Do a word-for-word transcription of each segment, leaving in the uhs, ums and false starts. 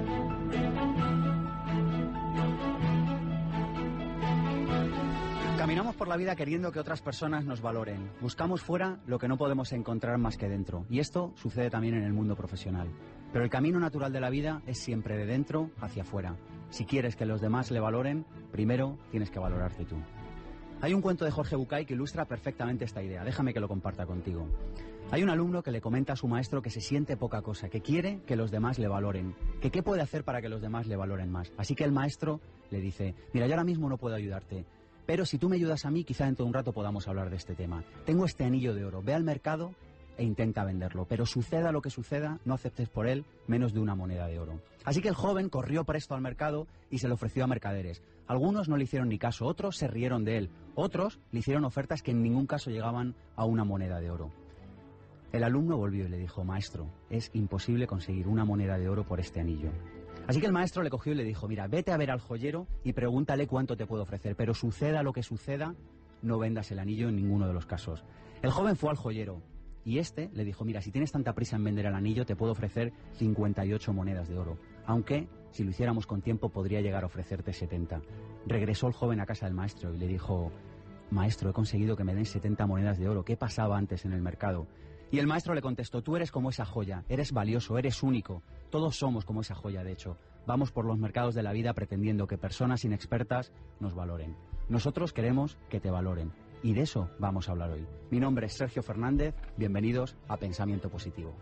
Caminamos por la vida queriendo que otras personas nos valoren. Buscamos fuera lo que no podemos encontrar más que dentro. Y esto sucede también en el mundo profesional. Pero el camino natural de la vida es siempre de dentro hacia afuera. Si quieres que los demás le valoren, primero tienes que valorarte tú. Hay un cuento de Jorge Bucay que ilustra perfectamente esta idea. Déjame que lo comparta contigo. Hay un alumno que le comenta a su maestro que se siente poca cosa, que quiere que los demás le valoren, que qué puede hacer para que los demás le valoren más. Así que el maestro le dice: mira, yo ahora mismo no puedo ayudarte, pero si tú me ayudas a mí, quizá dentro de un rato podamos hablar de este tema. Tengo este anillo de oro, ve al mercado e intenta venderlo, pero suceda lo que suceda, no aceptes por él menos de una moneda de oro. Así que el joven corrió presto al mercado y se lo ofreció a mercaderes. Algunos no le hicieron ni caso, otros se rieron de él, otros le hicieron ofertas que en ningún caso llegaban a una moneda de oro. El alumno volvió y le dijo: maestro, es imposible conseguir una moneda de oro por este anillo. Así que el maestro le cogió y le dijo: mira, vete a ver al joyero y pregúntale cuánto te puedo ofrecer, pero suceda lo que suceda, no vendas el anillo en ninguno de los casos. El joven fue al joyero y este le dijo: mira, si tienes tanta prisa en vender el anillo, te puedo ofrecer cincuenta y ocho monedas de oro, aunque si lo hiciéramos con tiempo podría llegar a ofrecerte setenta. Regresó el joven a casa del maestro y le dijo: maestro, he conseguido que me den setenta monedas de oro, ¿qué pasaba antes en el mercado? Y el maestro le contestó: tú eres como esa joya, eres valioso, eres único, todos somos como esa joya. De hecho, vamos por los mercados de la vida pretendiendo que personas inexpertas nos valoren. Nosotros queremos que te valoren, y de eso vamos a hablar hoy. Mi nombre es Sergio Fernández, bienvenidos a Pensamiento Positivo.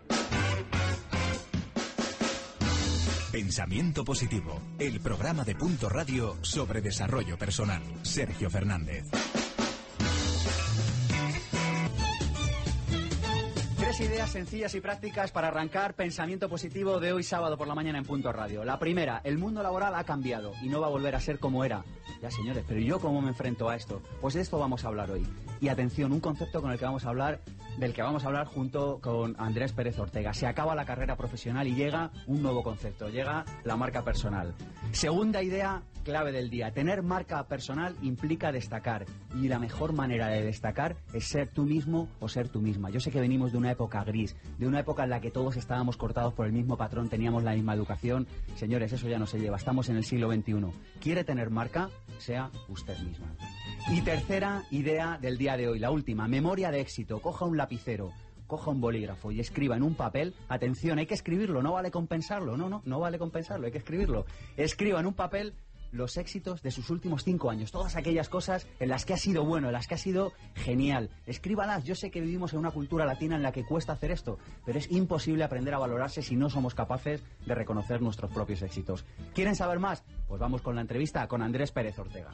Pensamiento Positivo, el programa de Punto Radio sobre desarrollo personal. Sergio Fernández. Tres ideas sencillas y prácticas para arrancar Pensamiento Positivo de hoy sábado por la mañana en Punto Radio. La primera: el mundo laboral ha cambiado y no va a volver a ser como era. Ya, señores, pero ¿yo cómo me enfrento a esto? Pues de esto vamos a hablar hoy. Y atención, un concepto con el que vamos a hablar, del que vamos a hablar junto con Andrés Pérez Ortega. Se acaba la carrera profesional y llega un nuevo concepto, llega la marca personal. Segunda idea clave del día: tener marca personal implica destacar, y la mejor manera de destacar es ser tú mismo o ser tú misma. Yo sé que venimos de una época gris, de una época en la que todos estábamos cortados por el mismo patrón, teníamos la misma educación. Señores, eso ya no se lleva, estamos en el siglo veintiuno. ¿Quiere tener marca? Sea usted misma. Y tercera idea del día de hoy, la última: memoria de éxito. Coja un lapicero, coja un bolígrafo y escriba en un papel. Atención, hay que escribirlo, no vale compensarlo, no, no, no vale compensarlo, hay que escribirlo. Escriba en un papel los éxitos de sus últimos cinco años, todas aquellas cosas en las que ha sido bueno, en las que ha sido genial. Escríbalas. Yo sé que vivimos en una cultura latina en la que cuesta hacer esto, pero es imposible aprender a valorarse si no somos capaces de reconocer nuestros propios éxitos. ¿Quieren saber más? Pues vamos con la entrevista con Andrés Pérez Ortega.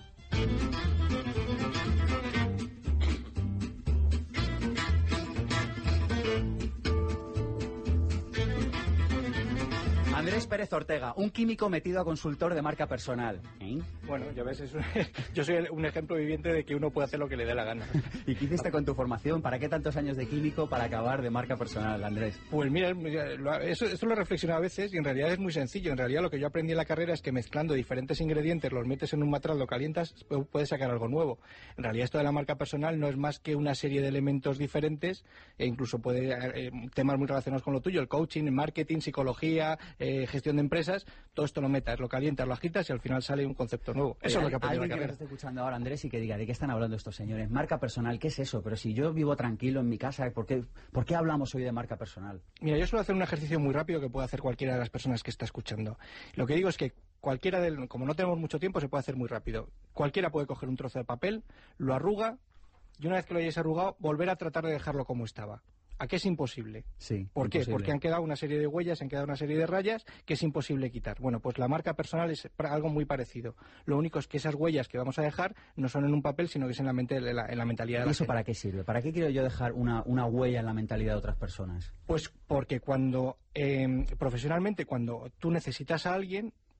Andrés Pérez Ortega, un químico metido a consultor de marca personal. ¿Eh? Bueno, ya ves, es un, yo soy un ejemplo viviente de que uno puede hacer lo que le dé la gana. ¿Y qué hiciste con tu formación? ¿Para qué tantos años de químico para acabar de marca personal, Andrés? Pues mira, eso, eso lo he reflexionado a veces y en realidad es muy sencillo. En realidad lo que yo aprendí en la carrera es que mezclando diferentes ingredientes, los metes en un matraz, lo calientas, puedes sacar algo nuevo. En realidad esto de la marca personal no es más que una serie de elementos diferentes e incluso puede eh, temas muy relacionados con lo tuyo, el coaching, el marketing, psicología, eh, gestión de empresas. Todo esto lo metas, lo calientas, lo agitas y al final sale un concepto nuevo. Eso es lo que aprendí en la carrera. Alguien que me esté escuchando ahora, Andrés, y que diga: ¿de qué están hablando estos señores? Marca personal, ¿qué es eso? Pero si yo vivo tranquilo en mi casa, ¿por qué, ¿por qué hablamos hoy de marca personal? Mira, yo suelo hacer un ejercicio muy rápido que puede hacer cualquiera de las personas que está escuchando. Lo que digo es que cualquiera del, como no tenemos mucho tiempo, se puede hacer muy rápido. Cualquiera puede coger un trozo de papel, lo arruga y una vez que lo hayáis arrugado, volver a tratar de dejarlo como estaba. ¿A qué es imposible? Sí. ¿Por qué? Imposible. Porque han quedado una serie de huellas, han quedado una serie de rayas que es imposible quitar. Bueno, pues la marca personal es algo muy parecido. Lo único es que esas huellas que vamos a dejar no son en un papel, sino que es en la, mente, en la, en la mentalidad de la ¿Y eso gente. para qué sirve? ¿Para qué quiero yo dejar una, una huella en la mentalidad de otras personas? Pues porque cuando, eh, profesionalmente, cuando tú necesitas a alguien,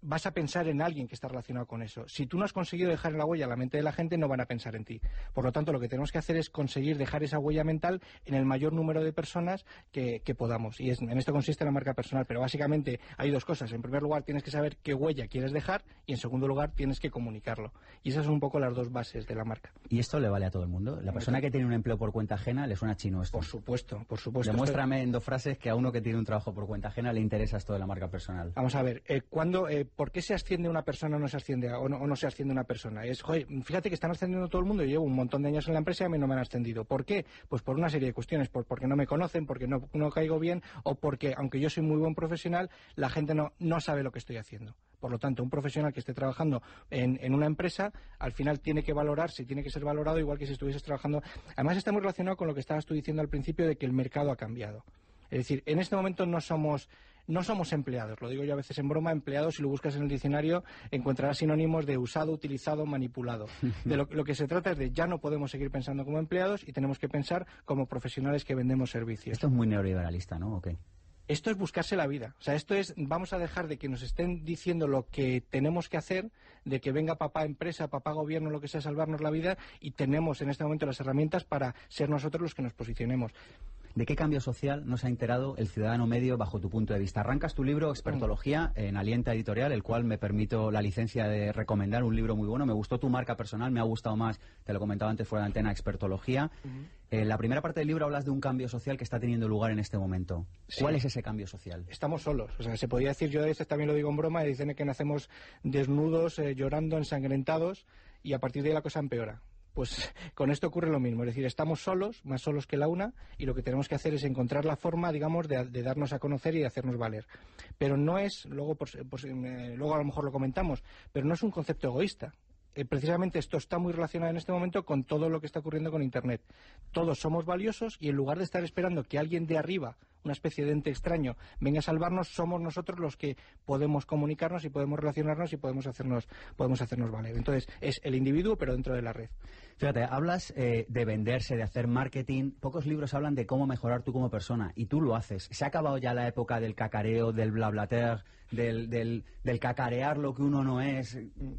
vas a pensar en alguien que está relacionado con eso. Si tú no has conseguido dejar en la huella la mente de la gente, no van a pensar en ti. Por lo tanto, lo que tenemos que hacer es conseguir dejar esa huella mental en el mayor número de personas que, que podamos. Y es, en esto consiste la marca personal. Pero básicamente hay dos cosas. En primer lugar, tienes que saber qué huella quieres dejar y en segundo lugar, tienes que comunicarlo. Y esas son un poco las dos bases de la marca. ¿Y esto le vale a todo el mundo? ¿La persona que tiene un empleo por cuenta ajena le suena chino esto? Por supuesto, por supuesto. Demuéstrame en dos frases que a uno que tiene un trabajo por cuenta ajena le interesa esto de la marca personal. Vamos a ver, eh, ¿cuándo, eh, ¿por qué se asciende una persona o no se asciende, o no, o no se asciende una persona? Es, joder, fíjate que están ascendiendo todo el mundo, yo llevo un montón de años en la empresa y a mí no me han ascendido. ¿Por qué? Pues por una serie de cuestiones, por, porque no me conocen, porque no, no caigo bien, o porque, aunque yo soy muy buen profesional, la gente no, no sabe lo que estoy haciendo. Por lo tanto, un profesional que esté trabajando en, en una empresa, al final tiene que valorarse, tiene que ser valorado igual que si estuvieses trabajando. Además, está muy relacionado con lo que estabas tú diciendo al principio de que el mercado ha cambiado. Es decir, en este momento no somos... No somos empleados, lo digo yo a veces en broma, empleados, si lo buscas en el diccionario, encontrarás sinónimos de usado, utilizado, manipulado. De lo, lo que se trata es de ya no podemos seguir pensando como empleados y tenemos que pensar como profesionales que vendemos servicios. Esto es muy neoliberalista, ¿no? ¿O qué? Esto es buscarse la vida. O sea, esto es, vamos a dejar de que nos estén diciendo lo que tenemos que hacer, de que venga papá empresa, papá gobierno, lo que sea, salvarnos la vida, y tenemos en este momento las herramientas para ser nosotros los que nos posicionemos. ¿De qué cambio social nos ha enterado el ciudadano medio bajo tu punto de vista? Arrancas tu libro Expertología en Alienta Editorial, el cual me permito la licencia de recomendar, un libro muy bueno. Me gustó tu marca personal, me ha gustado más, te lo comentaba antes fuera de antena, Expertología. Uh-huh. En la primera parte del libro hablas de un cambio social que está teniendo lugar en este momento. Sí. ¿Cuál es ese cambio social? Estamos solos. O sea, se podría decir, yo a veces también lo digo en broma, y dicen que nacemos desnudos, eh, llorando, ensangrentados, y a partir de ahí la cosa empeora. Pues con esto ocurre lo mismo, es decir, estamos solos, más solos que la una, y lo que tenemos que hacer es encontrar la forma, digamos, de, de darnos a conocer y de hacernos valer. Pero no es, luego, por, por, eh, luego a lo mejor lo comentamos, pero no es un concepto egoísta. Eh, precisamente esto está muy relacionado en este momento con todo lo que está ocurriendo con Internet. Todos somos valiosos y en lugar de estar esperando que alguien de arriba, una especie de ente extraño, venga a salvarnos, somos nosotros los que podemos comunicarnos y podemos relacionarnos y podemos hacernos, podemos hacernos valer. Entonces, es el individuo, pero dentro de la red. Fíjate, hablas eh, de venderse, de hacer marketing. Pocos libros hablan de cómo mejorar tú como persona, y tú lo haces. ¿Se ha acabado ya la época del cacareo, del blablater, del, del, del cacarear lo que uno no es?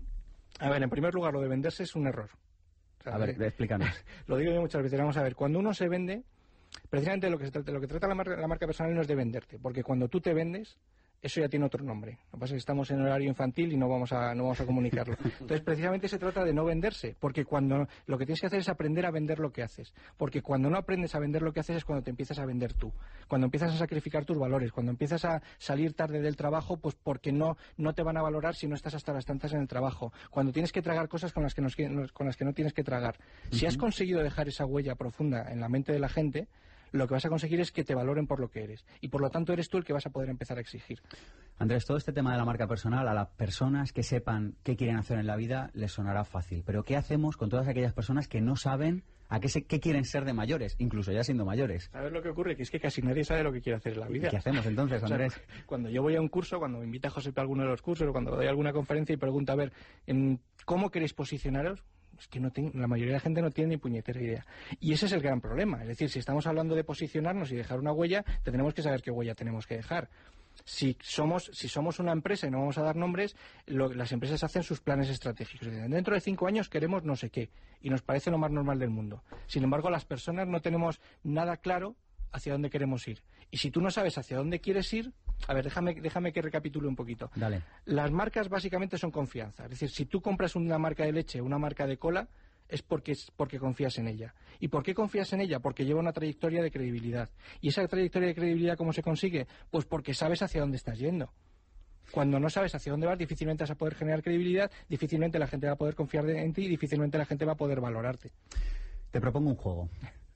A ver, en primer lugar, lo de venderse es un error. O sea, a ver, explícanos. Lo digo yo muchas veces. Vamos a ver, cuando uno se vende, precisamente lo que, se trata, lo que trata la marca, la marca personal no es de venderte, porque cuando tú te vendes, eso ya tiene otro nombre. Lo que pasa es que estamos en horario infantil y no vamos a, no vamos a comunicarlo. Entonces, precisamente se trata de no venderse, porque cuando lo que tienes que hacer es aprender a vender lo que haces. Porque cuando no aprendes a vender lo que haces es cuando te empiezas a vender tú. Cuando empiezas a sacrificar tus valores, cuando empiezas a salir tarde del trabajo, pues porque no, no te van a valorar si no estás hasta las tantas en el trabajo. Cuando tienes que tragar cosas con las que, nos, con las que no tienes que tragar. Uh-huh. Si has conseguido dejar esa huella profunda en la mente de la gente, lo que vas a conseguir es que te valoren por lo que eres. Y por lo tanto eres tú el que vas a poder empezar a exigir. Andrés, todo este tema de la marca personal, a las personas que sepan qué quieren hacer en la vida, les sonará fácil. Pero ¿qué hacemos con todas aquellas personas que no saben a qué, se, qué quieren ser de mayores, incluso ya siendo mayores? ¿Sabes lo que ocurre? Que es que casi nadie sabe lo que quiere hacer en la vida. ¿Y qué hacemos entonces, Andrés? O sea, cuando yo voy a un curso, cuando me invita José a alguno de los cursos, o cuando doy alguna conferencia y pregunto, a ver, ¿cómo queréis posicionaros? Es que no tengo, la mayoría de la gente no tiene ni puñetera idea. Y ese es el gran problema. Es decir, si estamos hablando de posicionarnos y dejar una huella, tendremos que saber qué huella tenemos que dejar. Si somos, si somos una empresa, y no vamos a dar nombres, lo, las empresas hacen sus planes estratégicos. Dentro de cinco años queremos no sé qué, y nos parece lo más normal del mundo. Sin embargo, las personas no tenemos nada claro hacia dónde queremos ir. Y si tú no sabes hacia dónde quieres ir, a ver, déjame, déjame que recapitule un poquito. Dale. Las marcas básicamente son confianza. Es decir, si tú compras una marca de leche, una marca de cola, es porque, es porque confías en ella. ¿Y por qué confías en ella? Porque lleva una trayectoria de credibilidad. ¿Y esa trayectoria de credibilidad cómo se consigue? Pues porque sabes hacia dónde estás yendo. Cuando no sabes hacia dónde vas, difícilmente vas a poder generar credibilidad, difícilmente la gente va a poder confiar en ti y difícilmente la gente va a poder valorarte. Te propongo un juego.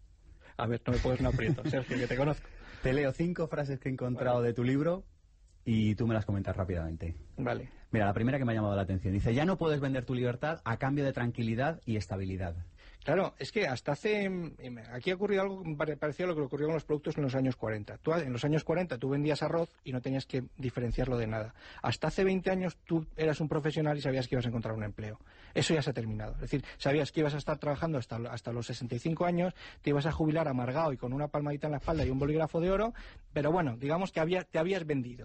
A ver, no me puedes no aprieto, Sergio, que te conozco. Te leo cinco frases que he encontrado vale. de tu libro y tú me las comentas rápidamente. Vale. Mira, la primera que me ha llamado la atención. Dice, ya no puedes vender tu libertad a cambio de tranquilidad y estabilidad. Claro, es que hasta hace... Aquí ha ocurrido algo parecido a lo que ocurrió con los productos en los años cuarenta. Tú, en los años cuarenta tú vendías arroz y no tenías que diferenciarlo de nada. Hasta hace veinte años tú eras un profesional y sabías que ibas a encontrar un empleo. Eso ya se ha terminado. Es decir, sabías que ibas a estar trabajando hasta, hasta los sesenta y cinco años, te ibas a jubilar amargado y con una palmadita en la espalda y un bolígrafo de oro, pero bueno, digamos que había, te habías vendido.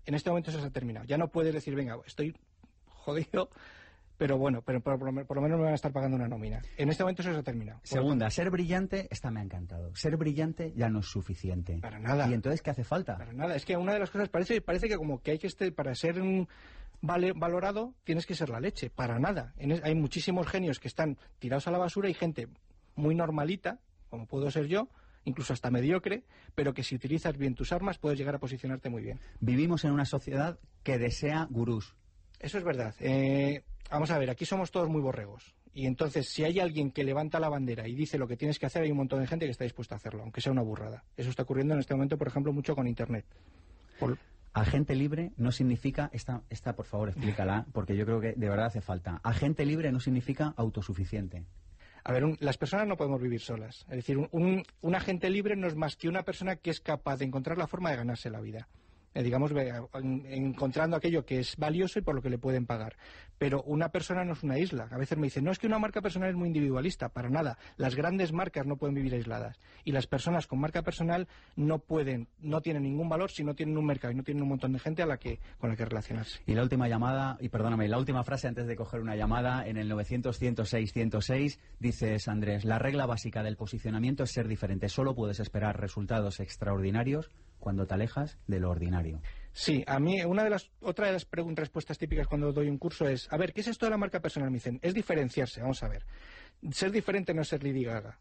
en este momento eso se ha terminado. Ya no puedes decir, venga, estoy jodido, pero bueno, pero por, por, por lo menos me van a estar pagando una nómina. En este momento eso se ha terminado. Por Segunda, ser brillante, esta me ha encantado. Ser brillante ya no es suficiente. Para nada. ¿Y entonces qué hace falta? Para nada. Es que una de las cosas parece, parece que como que hay que estar, para ser un vale, valorado, tienes que ser la leche. Para nada. En es, hay muchísimos genios que están tirados a la basura y gente muy normalita, como puedo ser yo, incluso hasta mediocre, pero que si utilizas bien tus armas puedes llegar a posicionarte muy bien. Vivimos en una sociedad que desea gurús. Eso es verdad. Eh... Vamos a ver, aquí somos todos muy borregos. Y entonces, si hay alguien que levanta la bandera y dice lo que tienes que hacer, hay un montón de gente que está dispuesta a hacerlo, aunque sea una burrada. Eso está ocurriendo en este momento, por ejemplo, mucho con Internet. Por... Agente libre no significa... Esta, esta, por favor, explícala, porque yo creo que de verdad hace falta. Agente libre no significa autosuficiente. A ver, un, las personas no podemos vivir solas. Es decir, un, un, un agente libre no es más que una persona que es capaz de encontrar la forma de ganarse la vida. Eh, digamos, en, encontrando aquello que es valioso y por lo que le pueden pagar. Pero una persona no es una isla. A veces me dicen, no, es que una marca personal es muy individualista. Para nada. Las grandes marcas no pueden vivir aisladas. Y las personas con marca personal no pueden, no tienen ningún valor si no tienen un mercado y no tienen un montón de gente a la que, con la que relacionarse. Y la última llamada, y perdóname, la última frase antes de coger una llamada, en el novecientos, ciento seis, ciento seis, dices, Andrés, la regla básica del posicionamiento es ser diferente. Solo puedes esperar resultados extraordinarios cuando te alejas de lo ordinario. Sí, a mí una de las otra de las preguntas, respuestas típicas cuando doy un curso es, a ver, ¿qué es esto de la marca personal? Me dicen, es diferenciarse. Vamos a ver, ser diferente no es ser Lady Gaga.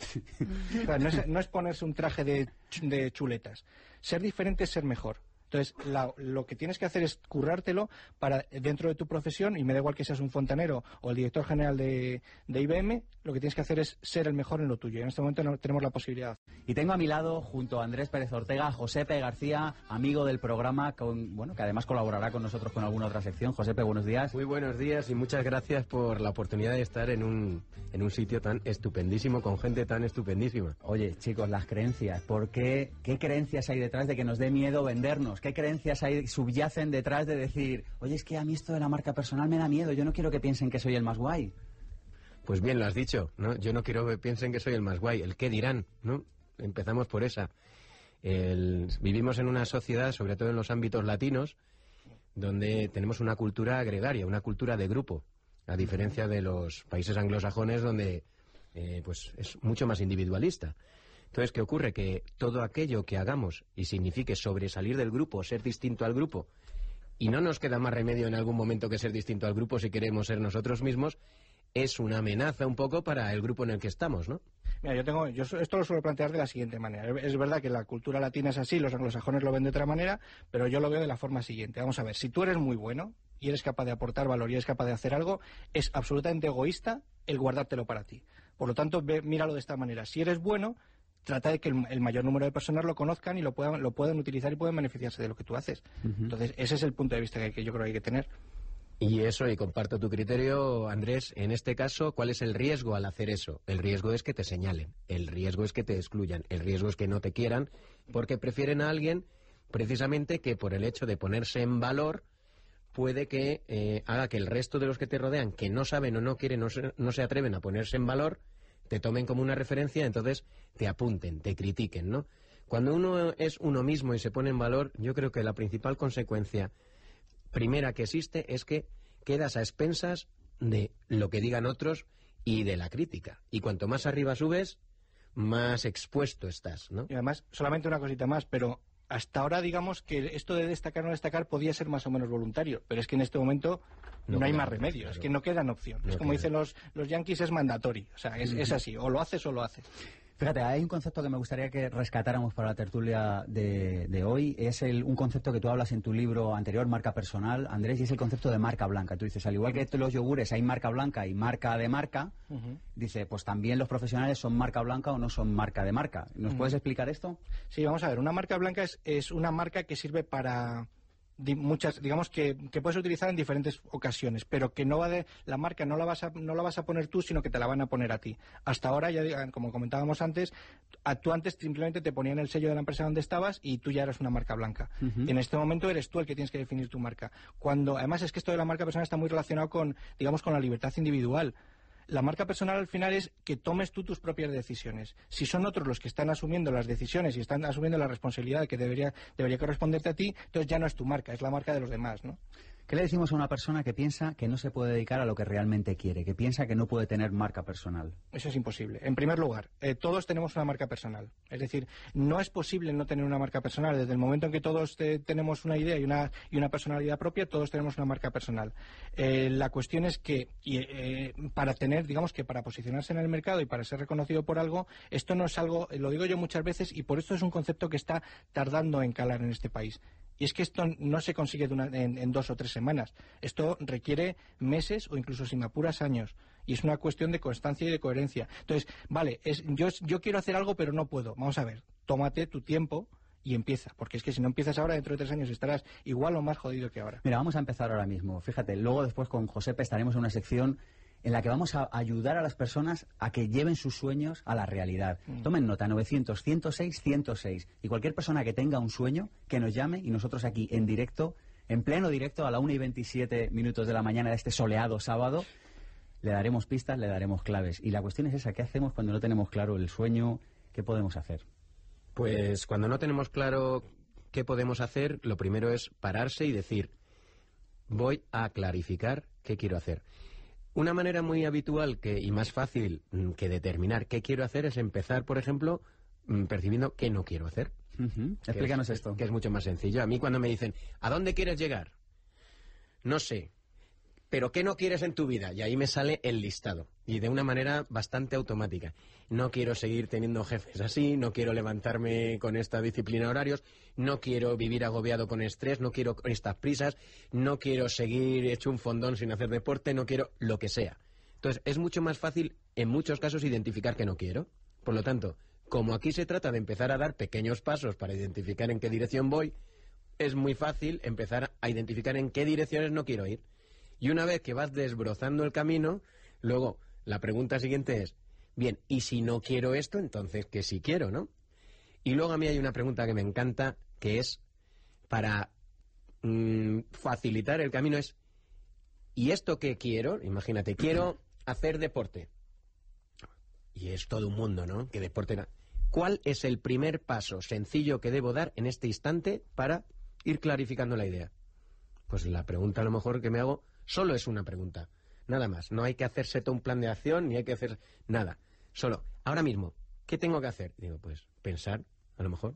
O sea, no, es, no es ponerse un traje de, de chuletas. Ser diferente es ser mejor. Entonces, la, lo que tienes que hacer es currártelo para dentro de tu profesión, y me da igual que seas un fontanero o el director general de, de I B M, lo que tienes que hacer es ser el mejor en lo tuyo. Y en este momento no tenemos la posibilidad. Y tengo a mi lado, junto a Andrés Pérez Ortega, a Josepe García, amigo del programa, con, bueno, que además colaborará con nosotros con alguna otra sección. Josepe, buenos días. Muy buenos días y muchas gracias por la oportunidad de estar en un, en un sitio tan estupendísimo, con gente tan estupendísima. Oye, chicos, las creencias. ¿Por qué? ¿Qué creencias hay detrás de que nos dé miedo vendernos? ¿Qué creencias hay, subyacen detrás de decir, oye, es que a mí esto de la marca personal me da miedo, yo no quiero que piensen que soy el más guay? Pues bien, lo has dicho, ¿no? Yo no quiero que piensen que soy el más guay, el qué dirán, ¿no? Empezamos por esa. El, vivimos en una sociedad, sobre todo en los ámbitos latinos, donde tenemos una cultura gregaria, una cultura de grupo, a diferencia de los países anglosajones donde eh, pues es mucho más individualista. Entonces, ¿qué ocurre? Que todo aquello que hagamos y signifique sobresalir del grupo, ser distinto al grupo, y no nos queda más remedio en algún momento que ser distinto al grupo si queremos ser nosotros mismos, es una amenaza un poco para el grupo en el que estamos, ¿no? Mira, yo tengo, yo esto lo suelo plantear de la siguiente manera. Es verdad que la cultura latina es así, los anglosajones lo ven de otra manera, pero yo lo veo de la forma siguiente. Vamos a ver, si tú eres muy bueno y eres capaz de aportar valor y eres capaz de hacer algo, es absolutamente egoísta el guardártelo para ti. Por lo tanto, ve, míralo de esta manera. Si eres bueno, trata de que el, el mayor número de personas lo conozcan y lo puedan, lo puedan utilizar y puedan beneficiarse de lo que tú haces. Uh-huh. Entonces, ese es el punto de vista que, que yo creo que hay que tener. Y eso, y comparto tu criterio, Andrés, en este caso, ¿cuál es el riesgo al hacer eso? El riesgo es que te señalen, el riesgo es que te excluyan, el riesgo es que no te quieran, porque prefieren a alguien precisamente que por el hecho de ponerse en valor puede que eh, haga que el resto de los que te rodean, que no saben o no quieren, no se, no se atreven a ponerse en valor, te tomen como una referencia, entonces te apunten, te critiquen, ¿no? Cuando uno es uno mismo y se pone en valor, yo creo que la principal consecuencia primera que existe es que quedas a expensas de lo que digan otros y de la crítica. Y cuanto más arriba subes, más expuesto estás, ¿no? Y además, solamente una cosita más, pero hasta ahora digamos que esto de destacar o no destacar podía ser más o menos voluntario, pero es que en este momento no, no hay más remedio, claro. Es que no queda en opción. No es como queda. Dicen los, los yanquis, es mandatorio, o sea, es, es así, o lo haces o lo haces. Fíjate, hay un concepto que me gustaría que rescatáramos para la tertulia de, de hoy. Es el, un concepto que tú hablas en tu libro anterior, Marca Personal, Andrés, y es el concepto de marca blanca. Tú dices, al igual que los yogures hay marca blanca y marca de marca, uh-huh. dice, pues también los profesionales son marca blanca o no son marca de marca. ¿Nos uh-huh. puedes explicar esto? Sí, vamos a ver. Una marca blanca es, es una marca que sirve para... muchas, digamos que, que puedes utilizar en diferentes ocasiones, pero que no va de la marca no la vas a no la vas a poner tú, sino que te la van a poner a ti. Hasta ahora, ya como comentábamos antes, a, tú antes simplemente te ponían el sello de la empresa donde estabas y tú ya eras una marca blanca. Uh-huh. En este momento eres tú el que tienes que definir tu marca. Cuando además es que esto de la marca personal está muy relacionado con, digamos, con la libertad individual. la marca personal al final es que tomes tú tus propias decisiones. Si son otros los que están asumiendo las decisiones y están asumiendo la responsabilidad que debería, debería corresponderte a ti, entonces ya no es tu marca, es la marca de los demás, ¿no? ¿Qué le decimos a una persona que piensa que no se puede dedicar a lo que realmente quiere, que piensa que no puede tener marca personal? Eso es imposible. En primer lugar, eh, todos tenemos una marca personal. Es decir, no es posible no tener una marca personal. Desde el momento en que todos te, tenemos una idea y una, y una personalidad propia, todos tenemos una marca personal. Eh, la cuestión es que y, eh, para tener, digamos que para posicionarse en el mercado y para ser reconocido por algo, esto no es algo, lo digo yo muchas veces, y por esto es un concepto que está tardando en calar en este país. Y es que esto no se consigue de una, en, en dos o tres semanas. Esto requiere meses o incluso, si me apuras, años. Y es una cuestión de constancia y de coherencia. Entonces, vale, es, yo, yo quiero hacer algo pero no puedo. Vamos a ver, tómate tu tiempo y empieza. Porque es que si no empiezas ahora, dentro de tres años estarás igual o más jodido que ahora. Mira, vamos a empezar ahora mismo. Fíjate, luego después con Josepe estaremos en una sección en la que vamos a ayudar a las personas a que lleven sus sueños a la realidad. Mm. Tomen nota, novecientos, ciento seis, ciento seis. Y cualquier persona que tenga un sueño, que nos llame y nosotros aquí en directo, en pleno directo, a la una y veintisiete minutos de la mañana de este soleado sábado, le daremos pistas, le daremos claves. Y la cuestión es esa, ¿qué hacemos cuando no tenemos claro el sueño? ¿Qué podemos hacer? Pues cuando no tenemos claro qué podemos hacer, lo primero es pararse y decir, voy a clarificar qué quiero hacer. Una manera muy habitual que, y más fácil que determinar qué quiero hacer es empezar, por ejemplo, percibiendo qué no quiero hacer. Uh-huh. Explícanos es, esto. Que es mucho más sencillo. A mí cuando me dicen, ¿a dónde quieres llegar? No sé. ¿Pero qué no quieres en tu vida? Y ahí me sale el listado. Y de una manera bastante automática. No quiero seguir teniendo jefes así, no quiero levantarme con esta disciplina de horarios, no quiero vivir agobiado con estrés, no quiero estas prisas, no quiero seguir hecho un fondón sin hacer deporte, no quiero lo que sea. Entonces, es mucho más fácil, en muchos casos, identificar que no quiero. Por lo tanto, como aquí se trata de empezar a dar pequeños pasos para identificar en qué dirección voy, es muy fácil empezar a identificar en qué direcciones no quiero ir. Y una vez que vas desbrozando el camino, luego la pregunta siguiente es, bien, ¿y si no quiero esto, entonces qué sí quiero, no? Y luego a mí hay una pregunta que me encanta, que es para mmm, facilitar el camino, es, ¿y esto qué quiero? Imagínate, quiero hacer deporte. Y es todo un mundo, ¿no? Que deporte... ¿Cuál es el primer paso sencillo que debo dar en este instante para ir clarificando la idea? Pues la pregunta a lo mejor que me hago solo es una pregunta, nada más. No hay que hacerse todo un plan de acción, ni hay que hacer nada. Solo, ahora mismo, ¿qué tengo que hacer? Digo, pues pensar, a lo mejor,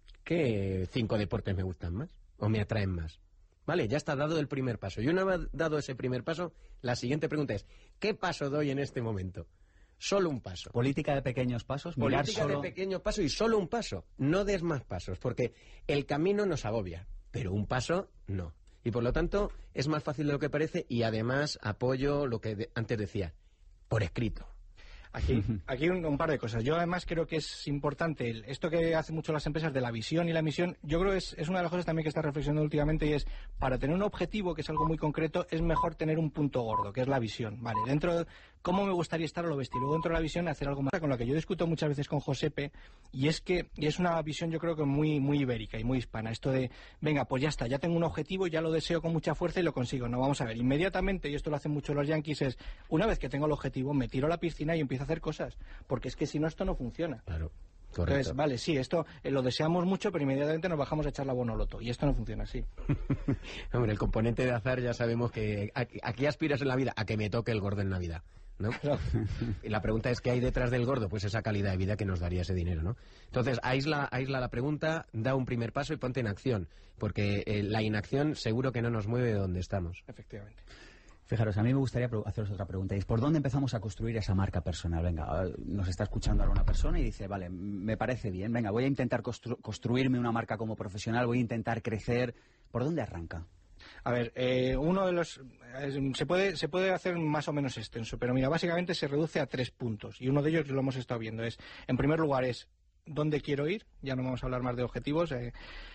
¿qué cinco deportes me gustan más? ¿O me atraen más? Vale, ya está dado el primer paso. Y una vez dado ese primer paso, la siguiente pregunta es, ¿qué paso doy en este momento? Solo un paso. Política de pequeños pasos. Mirar Política solo... de pequeños pasos y solo un paso. No des más pasos, porque el camino nos agobia, pero un paso no. Y por lo tanto es más fácil de lo que parece y además apoyo lo que de, antes decía, por escrito. Aquí, aquí un, un par de cosas. Yo además creo que es importante el, esto que hacen mucho las empresas de la visión y la misión. Yo creo que es, es una de las cosas también que está reflexionando últimamente y es, para tener un objetivo que es algo muy concreto, es mejor tener un punto gordo, que es la visión. Vale, dentro de cómo me gustaría estar a lo bestia. Luego dentro de la visión hacer algo más con lo que yo discuto muchas veces con Josepe y es que y es una visión yo creo que muy, muy ibérica y muy hispana. Esto de, venga, pues ya está, ya tengo un objetivo, ya lo deseo con mucha fuerza y lo consigo. No, vamos a ver, inmediatamente, y esto lo hacen mucho los yanquis, es, una vez que tengo el objetivo, me tiro a la piscina y empiezo a hacer cosas, porque es que si no esto no funciona. Claro, correcto. Entonces, vale, sí, esto eh, lo deseamos mucho, pero inmediatamente nos bajamos a echar la bonoloto y esto no funciona así. Hombre, el componente de azar ya sabemos que aquí, aquí aspiras en la vida a que me toque el gordo en Navidad, ¿no? Claro. Y la pregunta es, ¿qué hay detrás del gordo? Pues esa calidad de vida que nos daría ese dinero, ¿no? Entonces, aísla, aísla la pregunta, da un primer paso y ponte en acción, porque eh, la inacción seguro que no nos mueve de donde estamos. Efectivamente. Fijaros, a mí me gustaría haceros otra pregunta. ¿Y por dónde empezamos a construir esa marca personal? Venga, nos está escuchando ahora una persona y dice, vale, me parece bien, venga, voy a intentar constru- construirme una marca como profesional, voy a intentar crecer. ¿Por dónde arranca? A ver, eh, uno de los... Eh, se puede se puede hacer más o menos extenso, pero mira, básicamente se reduce a tres puntos. Y uno de ellos lo hemos estado viendo. Es, en primer lugar, es ¿dónde quiero ir? Ya no vamos a hablar más de objetivos. Eh,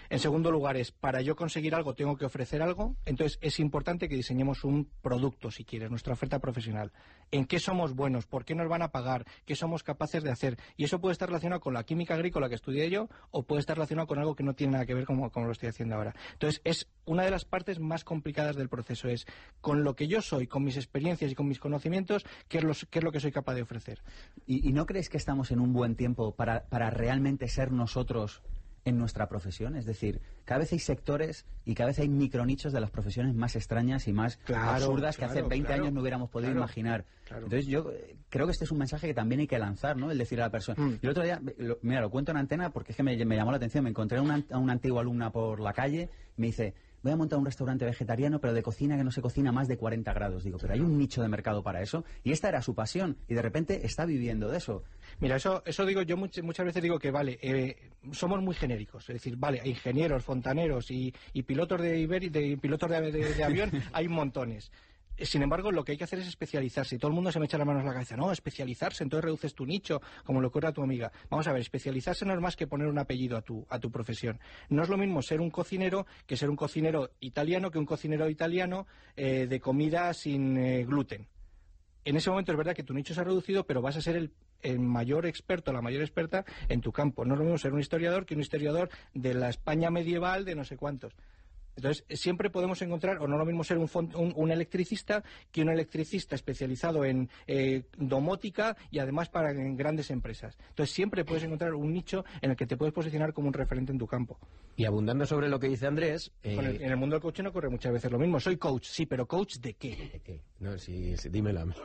En segundo lugar es, para yo conseguir algo tengo que ofrecer algo, entonces es importante que diseñemos un producto, si quieres, nuestra oferta profesional. ¿En qué somos buenos? ¿Por qué nos van a pagar? ¿Qué somos capaces de hacer? Y eso puede estar relacionado con la química agrícola que estudié yo, o puede estar relacionado con algo que no tiene nada que ver como, como lo estoy haciendo ahora. Entonces, es una de las partes más complicadas del proceso, es con lo que yo soy, con mis experiencias y con mis conocimientos, qué es lo, qué es lo que soy capaz de ofrecer. ¿Y, y no crees que estamos en un buen tiempo para, para realmente ser nosotros en nuestra profesión? Es decir, cada vez hay sectores y cada vez hay micronichos de las profesiones más extrañas y más claro, absurdas claro, que hace veinte claro, años no hubiéramos podido claro, imaginar. Claro. Entonces yo eh, creo que este es un mensaje que también hay que lanzar, ¿no? El decir a la persona. Mm. Y el otro día, lo, mira, lo cuento en antena porque es que me, me llamó la atención. Me encontré a una, a una antigua alumna por la calle y me dice: voy a montar un restaurante vegetariano, pero de cocina que no se cocina más de cuarenta grados. Digo, pero hay un nicho de mercado para eso. Y esta era su pasión. Y de repente está viviendo de eso. Mira, eso eso digo yo much, muchas veces digo que, vale, eh, somos muy genéricos. Es decir, vale, ingenieros, fontaneros y, y pilotos de, Iberi, de, pilotos de, de, de avión hay montones. Sin embargo, lo que hay que hacer es especializarse. Y todo el mundo se me echa las manos a la cabeza. No, especializarse, entonces reduces tu nicho, como le ocurre a tu amiga. Vamos a ver, especializarse no es más que poner un apellido a tu, a tu profesión. No es lo mismo ser un cocinero que ser un cocinero italiano, que un cocinero italiano eh, de comida sin eh, gluten. En ese momento es verdad que tu nicho se ha reducido, pero vas a ser el, el mayor experto, la mayor experta en tu campo. No es lo mismo ser un historiador que un historiador de la España medieval de no sé cuántos. Entonces, siempre podemos encontrar, o no lo mismo ser un, un, un electricista que un electricista especializado en eh, domótica y además para en grandes empresas. Entonces, siempre puedes encontrar un nicho en el que te puedes posicionar como un referente en tu campo. Y abundando sobre lo que dice Andrés... Eh... Bueno, en el mundo del coaching ocurre muchas veces lo mismo. Soy coach, sí, pero ¿coach de qué? ¿De qué? No, sí, sí dímelo a mí.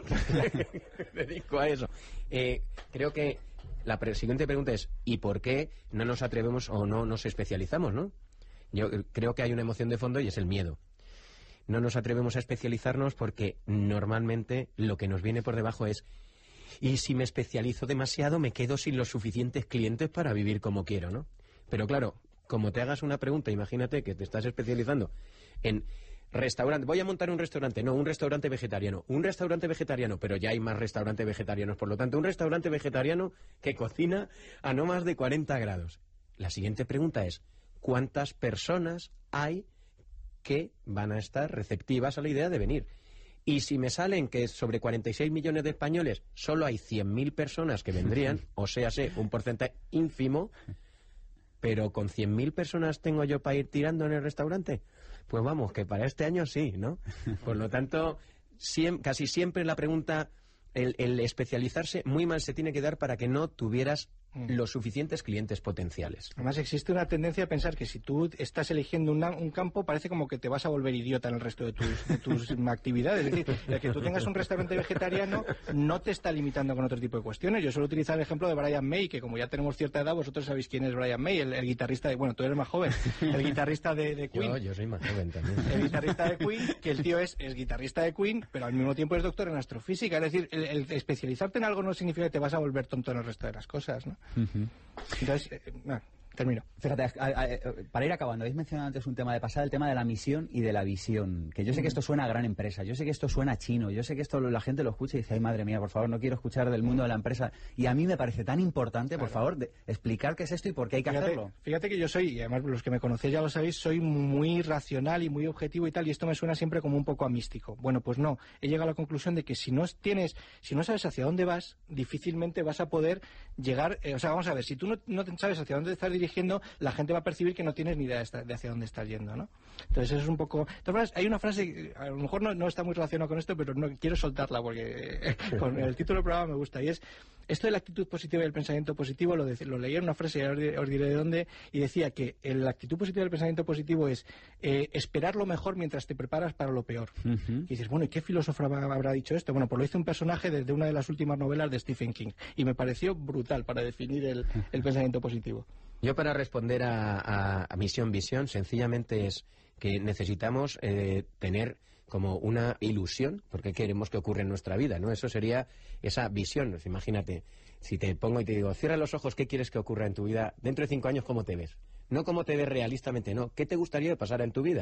Me dedico a eso. Eh, creo que la pre siguiente pregunta es, ¿y por qué no nos atrevemos o no nos especializamos, no? Yo creo que hay una emoción de fondo y es el miedo. No nos atrevemos a especializarnos porque normalmente lo que nos viene por debajo es: y si me especializo demasiado me quedo sin los suficientes clientes para vivir como quiero, ¿no? Pero claro, como te hagas una pregunta, imagínate que te estás especializando en restaurante, voy a montar un restaurante, no, un restaurante vegetariano, un restaurante vegetariano, pero ya hay más restaurantes vegetarianos, por lo tanto, un restaurante vegetariano que cocina a no más de cuarenta grados. La siguiente pregunta es: ¿cuántas personas hay que van a estar receptivas a la idea de venir? Y si me salen que sobre cuarenta y seis millones de españoles solo hay cien mil personas que vendrían, o sea, sé, un porcentaje ínfimo, pero con cien mil personas tengo yo para ir tirando en el restaurante, pues vamos, que para este año sí, ¿no? Por lo tanto, siem- casi siempre la pregunta, el, el especializarse muy mal se tiene que dar para que no tuvieras los suficientes clientes potenciales. Además, existe una tendencia a pensar que si tú estás eligiendo una, un campo, parece como que te vas a volver idiota en el resto de tus, de tus actividades. Es decir, el que tú tengas un restaurante vegetariano no te está limitando con otro tipo de cuestiones. Yo suelo utilizar el ejemplo de Brian May, que como ya tenemos cierta edad, vosotros sabéis quién es Brian May, el, el guitarrista de... Bueno, tú eres más joven. El guitarrista de, de Queen. Yo, yo soy más joven también. El guitarrista de Queen, que el tío es, es guitarrista de Queen, pero al mismo tiempo es doctor en astrofísica. Es decir, el, el especializarte en algo no significa que te vas a volver tonto en el resto de las cosas, ¿no? Uh-huh. Entonces, eh, no, termino. Fíjate, a, a, a, para ir acabando, habéis mencionado antes un tema de pasar, el tema de la misión y de la visión. Que yo sé que esto suena a gran empresa, yo sé que esto suena a chino, yo sé que esto la gente lo escucha y dice: ay, madre mía, por favor, no quiero escuchar del mundo de la empresa. Y a mí me parece tan importante, claro, por favor, de explicar qué es esto y por qué hay que fíjate, hacerlo. Fíjate que yo soy, y además los que me conocéis ya lo sabéis, soy muy racional y muy objetivo y tal, y esto me suena siempre como un poco a místico. Bueno, pues no, he llegado a la conclusión de que si no tienes, si no sabes hacia dónde vas, difícilmente vas a poder llegar, eh, o sea, vamos a ver, si tú no, no sabes hacia dónde te estás dirigiendo, la gente va a percibir que no tienes ni idea de, esta, de hacia dónde estás yendo, ¿no? Entonces eso es un poco... De todas maneras, hay una frase, a lo mejor no, no está muy relacionada con esto, pero no quiero soltarla porque con el título del programa me gusta, y es: esto de la actitud positiva y el pensamiento positivo, lo, de, lo leí en una frase, ya os diré, os diré de dónde, y decía que la actitud positiva y el pensamiento positivo es eh, esperar lo mejor mientras te preparas para lo peor. Uh-huh. Y dices, bueno, ¿y qué filósofo habrá dicho esto? Bueno, pues lo hizo un personaje desde una de las últimas novelas de Stephen King, y me pareció brutal para definir el, el pensamiento positivo. Yo, para responder a, a, a misión, visión, sencillamente es que necesitamos eh, tener como una ilusión, porque queremos que ocurra en nuestra vida, ¿no? Eso sería esa visión. Pues imagínate, si te pongo y te digo, cierra los ojos, ¿qué quieres que ocurra en tu vida? Dentro de cinco años, ¿cómo te ves? No cómo te ves realistamente, no. ¿Qué te gustaría que pasara en tu vida?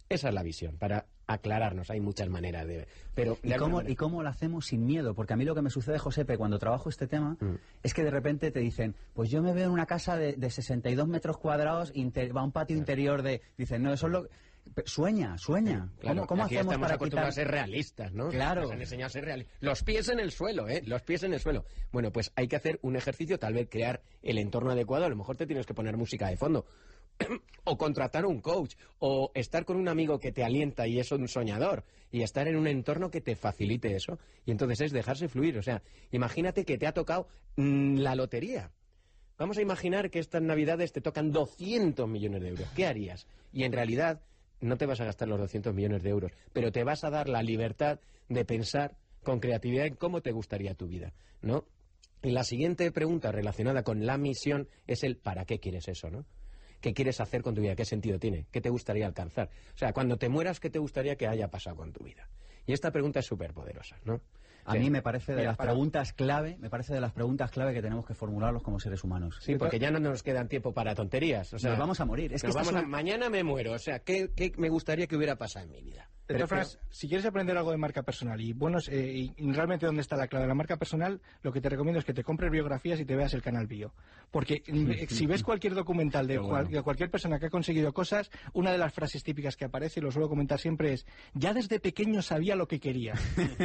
Esa es la visión, para aclararnos. Hay muchas maneras de... Pero ¿Y cómo, ¿Y cómo lo hacemos sin miedo? Porque a mí lo que me sucede, Josepe, cuando trabajo este tema, mm. es que de repente te dicen, pues yo me veo en una casa de, de sesenta y dos metros cuadrados, inter, va a un patio claro. interior de... Dicen, no, eso es lo... Sueña, sueña. Sí, claro, ¿Cómo, cómo aquí hacemos estamos para acostumbrados quitar... a ser realistas, ¿no? Claro. Nos han enseñado a ser realistas. Los pies en el suelo, ¿eh? Los pies en el suelo. Bueno, pues hay que hacer un ejercicio, tal vez crear el entorno adecuado. A lo mejor te tienes que poner música de fondo. O contratar un coach, o estar con un amigo que te alienta y es un soñador, y estar en un entorno que te facilite eso. Y entonces es dejarse fluir. O sea, imagínate que te ha tocado mmm, la lotería. Vamos a imaginar que estas navidades te tocan doscientos millones de euros. ¿Qué harías? Y en realidad no te vas a gastar los doscientos millones de euros, pero te vas a dar la libertad de pensar con creatividad en cómo te gustaría tu vida, ¿no? Y la siguiente pregunta relacionada con la misión es el ¿para qué quieres eso, no? ¿Qué quieres hacer con tu vida? ¿Qué sentido tiene? ¿Qué te gustaría alcanzar? O sea, cuando te mueras, ¿qué te gustaría que haya pasado con tu vida? Y esta pregunta es súper poderosa, ¿no? A sí. mí me parece de Mira, las para... preguntas clave, me parece de las preguntas clave que tenemos que formularlos como seres humanos. Sí, porque ya no nos quedan tiempo para tonterías. O sea, nos vamos a morir. Es que vamos una... a... mañana me muero. O sea, ¿qué, ¿qué me gustaría que hubiera pasado en mi vida? De todas formas, si quieres aprender algo de marca personal y bueno, eh, y realmente dónde está la clave de la marca personal, lo que te recomiendo es que te compres biografías y te veas el canal Bio. Porque si ves cualquier documental de, cual, de cualquier persona que ha conseguido cosas, una de las frases típicas que aparece, y lo suelo comentar siempre, es ya desde pequeño sabía lo que quería.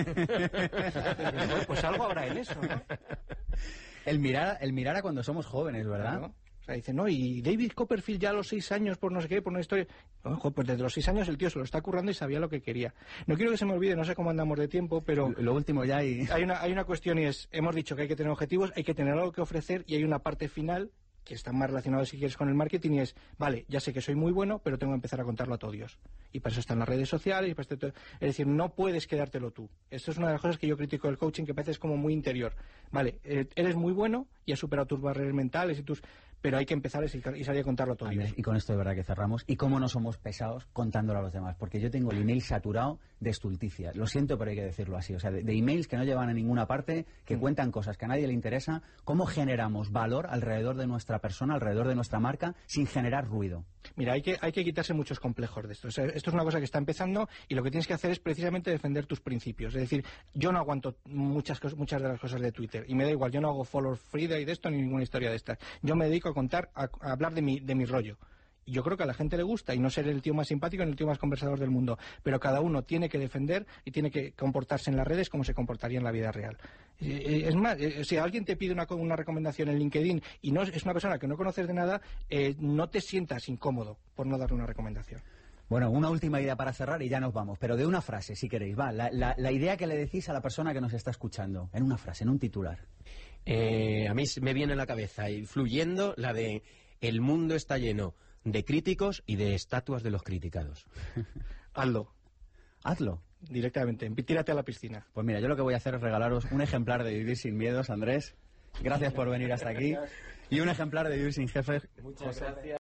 Pues algo habrá en eso, ¿no? El mirar, el mirar a cuando somos jóvenes, ¿verdad? Claro. O sea, dice, no, y David Copperfield ya a los seis años por no sé qué, por una historia... No, pues desde los seis años el tío se lo está currando y sabía lo que quería. No quiero que se me olvide, no sé cómo andamos de tiempo, pero... Lo último ya hay... Hay una, hay una cuestión y es, hemos dicho que hay que tener objetivos, hay que tener algo que ofrecer y hay una parte final que está más relacionado, si quieres, con el marketing y es, vale, ya sé que soy muy bueno, pero tengo que empezar a contarlo a todos. Y para eso están las redes sociales, y para esto, es decir, no puedes quedártelo tú. Esto es una de las cosas que yo critico del coaching, que parece como muy interior. Vale, eres muy bueno y has superado tus barreras mentales y tus... pero hay que empezar y salir a contarlo todo. Andrés, y con esto de verdad que cerramos. Y cómo no somos pesados contándolo a los demás, porque yo tengo el email saturado de estulticia. Lo siento, pero hay que decirlo así. O sea, de, de emails que no llevan a ninguna parte, que mm. cuentan cosas que a nadie le interesa. ¿Cómo generamos valor alrededor de nuestra persona, alrededor de nuestra marca, sin generar ruido? Mira, hay que, hay que quitarse muchos complejos de esto. O sea, esto es una cosa que está empezando y lo que tienes que hacer es precisamente defender tus principios. Es decir, yo no aguanto muchas, muchas de las cosas de Twitter y me da igual, yo no hago follow Friday de esto ni ninguna historia de estas. Yo me dedico a contar, a, a hablar de mi, de mi rollo. Y yo creo que a la gente le gusta y no ser el tío más simpático ni el tío más conversador del mundo. Pero cada uno tiene que defender y tiene que comportarse en las redes como se comportaría en la vida real. Es más, si alguien te pide una, una recomendación en LinkedIn y no es una persona que no conoces de nada, eh, no te sientas incómodo por no darle una recomendación. Bueno, una última idea para cerrar y ya nos vamos, pero de una frase, si queréis. Va, la, la, la idea que le decís a la persona que nos está escuchando, en una frase, en un titular. Eh, a mí me viene a la cabeza, y fluyendo, la de el mundo está lleno de críticos y de estatuas de los criticados. Hazlo. Hazlo. Directamente, tírate a la piscina. Pues mira, yo lo que voy a hacer es regalaros un ejemplar de Vivir sin Miedos, Andrés. Gracias por venir hasta aquí. Y un ejemplar de Vivir sin Jefes. Muchas gracias.